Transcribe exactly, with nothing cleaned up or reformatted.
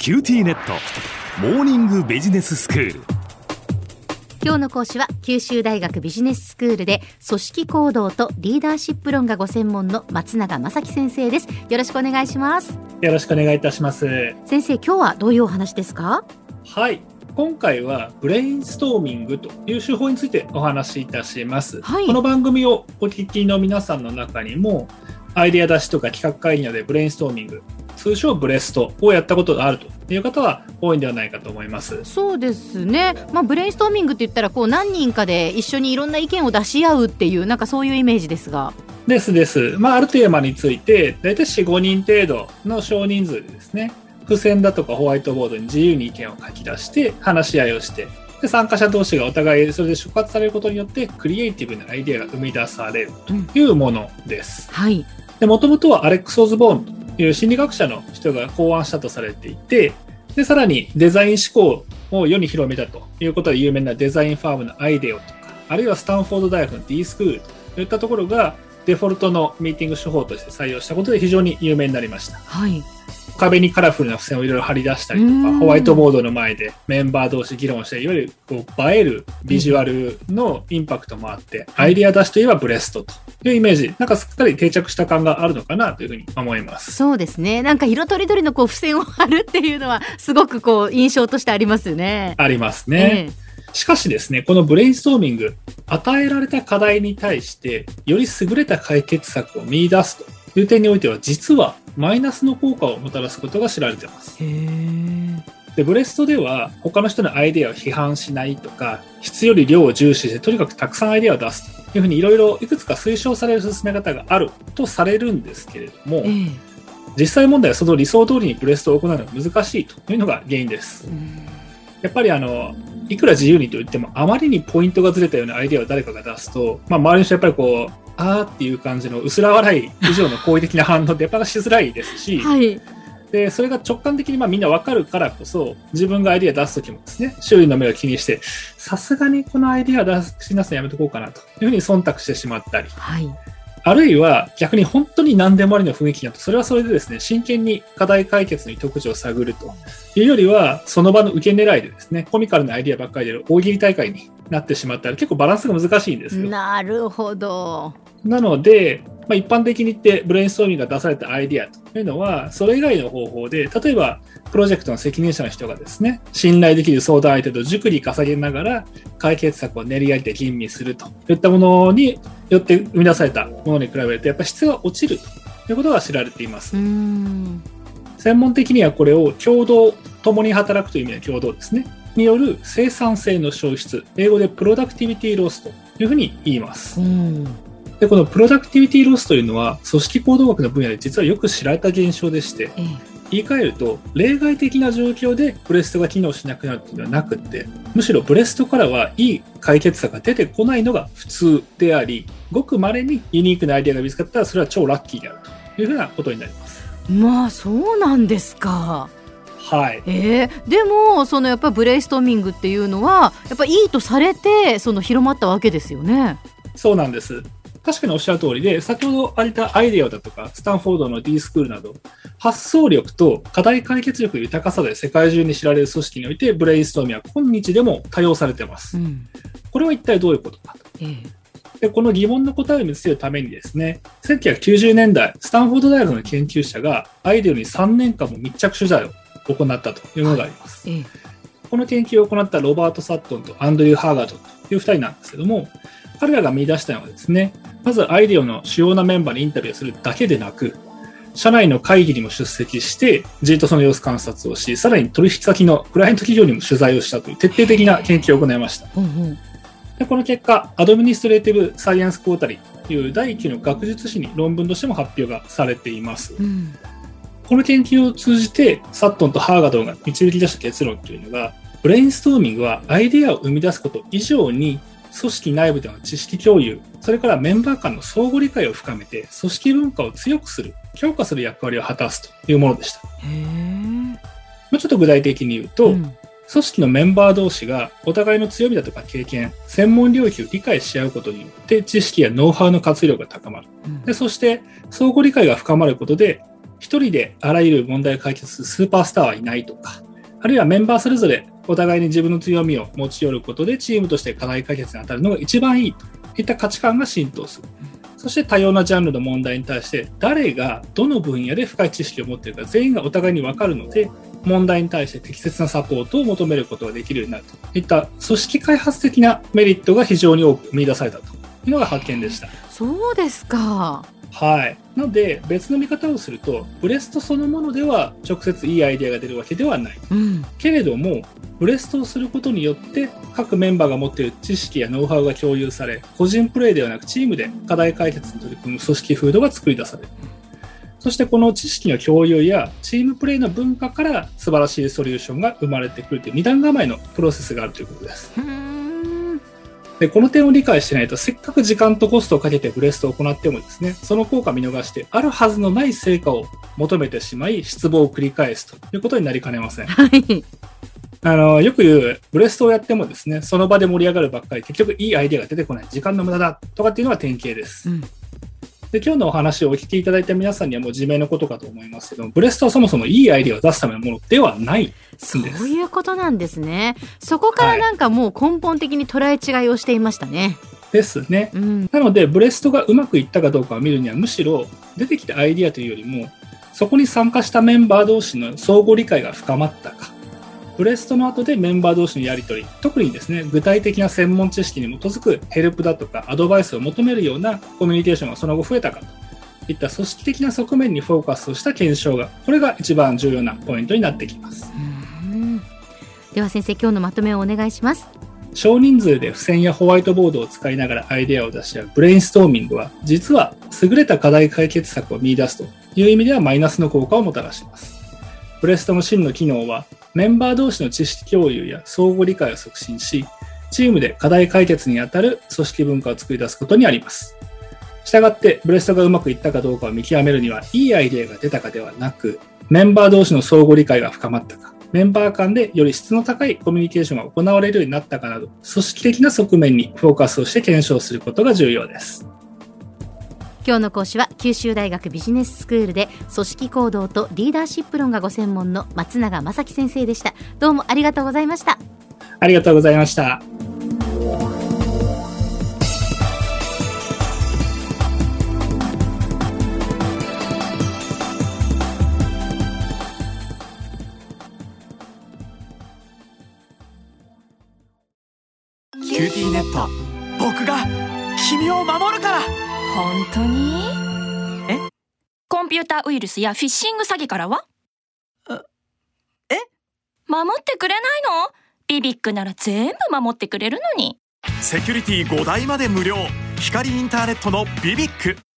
キューティーネットモーニングビジネススクール。 今日の講師は九州大学ビジネススクールで組織行動とリーダーシップ論がご専門の松永正樹先生です。よろしくお願いします。 よろしくお願いいたします。 先生、今日はどういうお話ですか？ はい、今回はブレインストーミングという手法についてお話しいたします、はい、この番組をお聞きの皆さんの中にもアイデア出しとか企画会議などでブレインストーミング、通称ブレストをやったことがあるという方は多いんではないかと思います。 そうですね、まあ、ブレインストーミングって言ったらこう何人かで一緒にいろんな意見を出し合うっていう、なんかそういうイメージですが。 ですです、まあ、あるテーマについてだいたい よん、ごにん程度の少人数でですね、付箋だとかホワイトボードに自由に意見を書き出して話し合いをして、で参加者同士がお互いそれで触発されることによってクリエイティブなアイデアが生み出されるというものです、 うん、はい。 もともとはアレックス・オズボーンという心理学者の人が考案したとされていて、でさらにデザイン思考を世に広めたということで有名なデザインファームのアイデオとか、あるいはスタンフォード大学の D スクールといったところがデフォルトのミーティング手法として採用したことで非常に有名になりました、 はい。 壁にカラフルな付箋をいろいろ貼り出したりとか、ホワイトボードの前でメンバー同士議論して、いわゆるこう映えるビジュアルのインパクトもあって、うん、アイデア出しといえばブレストというイメージ、なんかすっかり定着した感があるのかなというふうに思います。 そうですね、なんか色とりどりのこう付箋を貼るっていうのはすごくこう印象としてありますよね。 ありますね、えー、しかしですね、このブレインストーミング、与えられた課題に対してより優れた解決策を見出すという点においては実はマイナスの効果をもたらすことが知られています。 へー。 でブレストでは他の人のアイデアを批判しないとか、質より量を重視してとにかくたくさんアイデアを出すというふうにいろいろいくつか推奨される進め方があるとされるんですけれども、えー、実際問題はその理想通りにブレストを行うのが難しいというのが原因です。やっぱりあのいくら自由にと言ってもあまりにポイントがずれたようなアイデアを誰かが出すと、まあ、周りの人はやっぱりこうあーっていう感じの薄ら笑い以上の好意的な反応ってやっぱりしづらいですし、はい、でそれが直感的にまあみんな分かるからこそ、自分がアイデア出すときもですね、周囲の目を気にしてさすがにこのアイデア出しなすのやめとこうかなというふうに忖度してしまったり、はい、あるいは逆に本当に何でもありの雰囲気だと、それはそれでですね、真剣に課題解決の糸口を探るというよりはその場の受け狙いでですね、コミカルなアイデアばっかりで大喜利大会になってしまったら結構バランスが難しいんですよ。 なるほど。 なので、まあ、一般的に言ってブレインストーミングが出されたアイデアというのはそれ以外の方法で、例えばプロジェクトの責任者の人がですね、信頼できる相談相手と熟利稼げながら解決策を練り上げて吟味するといったものによって生み出されたものに比べるとやっぱり質が落ちるということが知られています。うーん、専門的にはこれを共同、共に働くという意味の共同ですねによる生産性の消失、英語でプロダクティビティロスというふうに言います。うん、でこのプロダクティビティロスというのは組織行動学の分野で実はよく知られた現象でして、ええ、言い換えると例外的な状況でブレストが機能しなくなるというのではなくて、むしろブレストからはいい解決策が出てこないのが普通であり、ごく稀にユニークなアイデアが見つかったらそれは超ラッキーであるというふうなことになります。 まあそうなんですか。 はい。 えー、でもそのやっぱりブレインストーミングっていうのはやっぱいいとされてその広まったわけですよね。 そうなんです。確かにおっしゃる通りで、先ほど挙げたアイデアだとかスタンフォードの D スクールなど発想力と課題解決力の豊かさで世界中に知られる組織においてブレインストーミングは今日でも多用されています、うん、これは一体どういうことかと、えー、でこの疑問の答えを見つけるためにですね、せんきゅうひゃくきゅうじゅうねんだいスタンフォード大学の研究者がアイデアにさんねんかんも密着取材を行ったというものがあります、はい、えー、この研究を行ったロバート・サットンとアンドリュー・ハーガードというふたりなんですけども、彼らが見出したのはですね、まずアイデアの主要なメンバーにインタビューするだけでなく、社内の会議にも出席してじっとその様子観察をし、さらに取引先のクライアント企業にも取材をしたという徹底的な研究を行いました。うんうん、でこの結果、アドミニストレーティブ・サイエンス・クォータリーというだいいっきゅうの学術誌に論文としても発表がされています。うん、この研究を通じてサットンとハーガドンが導き出した結論というのが、ブレインストーミングはアイデアを生み出すこと以上に組織内部での知識共有、それからメンバー間の相互理解を深めて組織文化を強くする、強化する役割を果たすというものでした。へー。もうちょっと具体的に言うと、うん、組織のメンバー同士がお互いの強みだとか経験、専門領域を理解し合うことによって知識やノウハウの活用力が高まる、うん、でそして相互理解が深まることで一人であらゆる問題を解決するスーパースターはいないとか、あるいはメンバーそれぞれお互いに自分の強みを持ち寄ることでチームとして課題解決に当たるのが一番いいといった価値観が浸透する。そして多様なジャンルの問題に対して誰がどの分野で深い知識を持っているか全員がお互いに分かるので、問題に対して適切なサポートを求めることができるようになるといった組織開発的なメリットが非常に多く見出されたというのが発見でした。 そうですか。 はい。なので別の見方をすると、ブレストそのものでは直接いいアイデアが出るわけではない、 うん、 けれどもブレストをすることによって各メンバーが持っている知識やノウハウが共有され、個人プレイではなくチームで課題解決に取り組む組織風土が作り出される。そしてこの知識の共有やチームプレイの文化から素晴らしいソリューションが生まれてくるという二段構えのプロセスがあるということです。 うーんでこの点を理解してないと、せっかく時間とコストをかけてブレストを行ってもですね、その効果を見逃してあるはずのない成果を求めてしまい失望を繰り返すということになりかねません。 はいあのよく言うブレストをやってもですね、その場で盛り上がるばっかり、結局いいアイデアが出てこない、時間の無駄だとかっていうのが典型です、 うん、 で今日のお話をお聞きいただいた皆さんにはもう自明のことかと思いますけど、ブレストはそもそもいいアイデアを出すためのものではないんです。 そういうことなんですね。そこからなんかもう根本的に捉え違いをしていましたね。 ですね、 うん、 なのでブレストがうまくいったかどうかを見るには、むしろ出てきたアイデアというよりも、そこに参加したメンバー同士の相互理解が深まったか、ブレストの後でメンバー同士のやり取り、特にですね具体的な専門知識に基づくヘルプだとかアドバイスを求めるようなコミュニケーションがその後増えたかといった組織的な側面にフォーカスをした検証が、これが一番重要なポイントになってきます。 うん、では先生、今日のまとめをお願いします。 少人数で付箋やホワイトボードを使いながらアイデアを出し合うブレインストーミングは、実は優れた課題解決策を見出すという意味ではマイナスの効果をもたらします。ブレストの真の機能は、メンバー同士の知識共有や相互理解を促進し、チームで課題解決にあたる組織文化を作り出すことにあります。したがって、ブレストがうまくいったかどうかを見極めるには、いいアイデアが出たかではなく、メンバー同士の相互理解が深まったか、メンバー間でより質の高いコミュニケーションが行われるようになったかなど、組織的な側面にフォーカスをして検証することが重要です。 今日の講師は九州大学ビジネススクールで組織行動とリーダーシップ論がご専門の松永正樹先生でした。どうもありがとうございました。 ありがとうございました。 キューティーネット、僕が君を守るから。 本当に？え？コンピューターウイルスやフィッシング詐欺からは？ え？ 守ってくれないの？ビビックなら全部守ってくれるのに。 セキュリティごだいまで無料。光インターネットのビビック。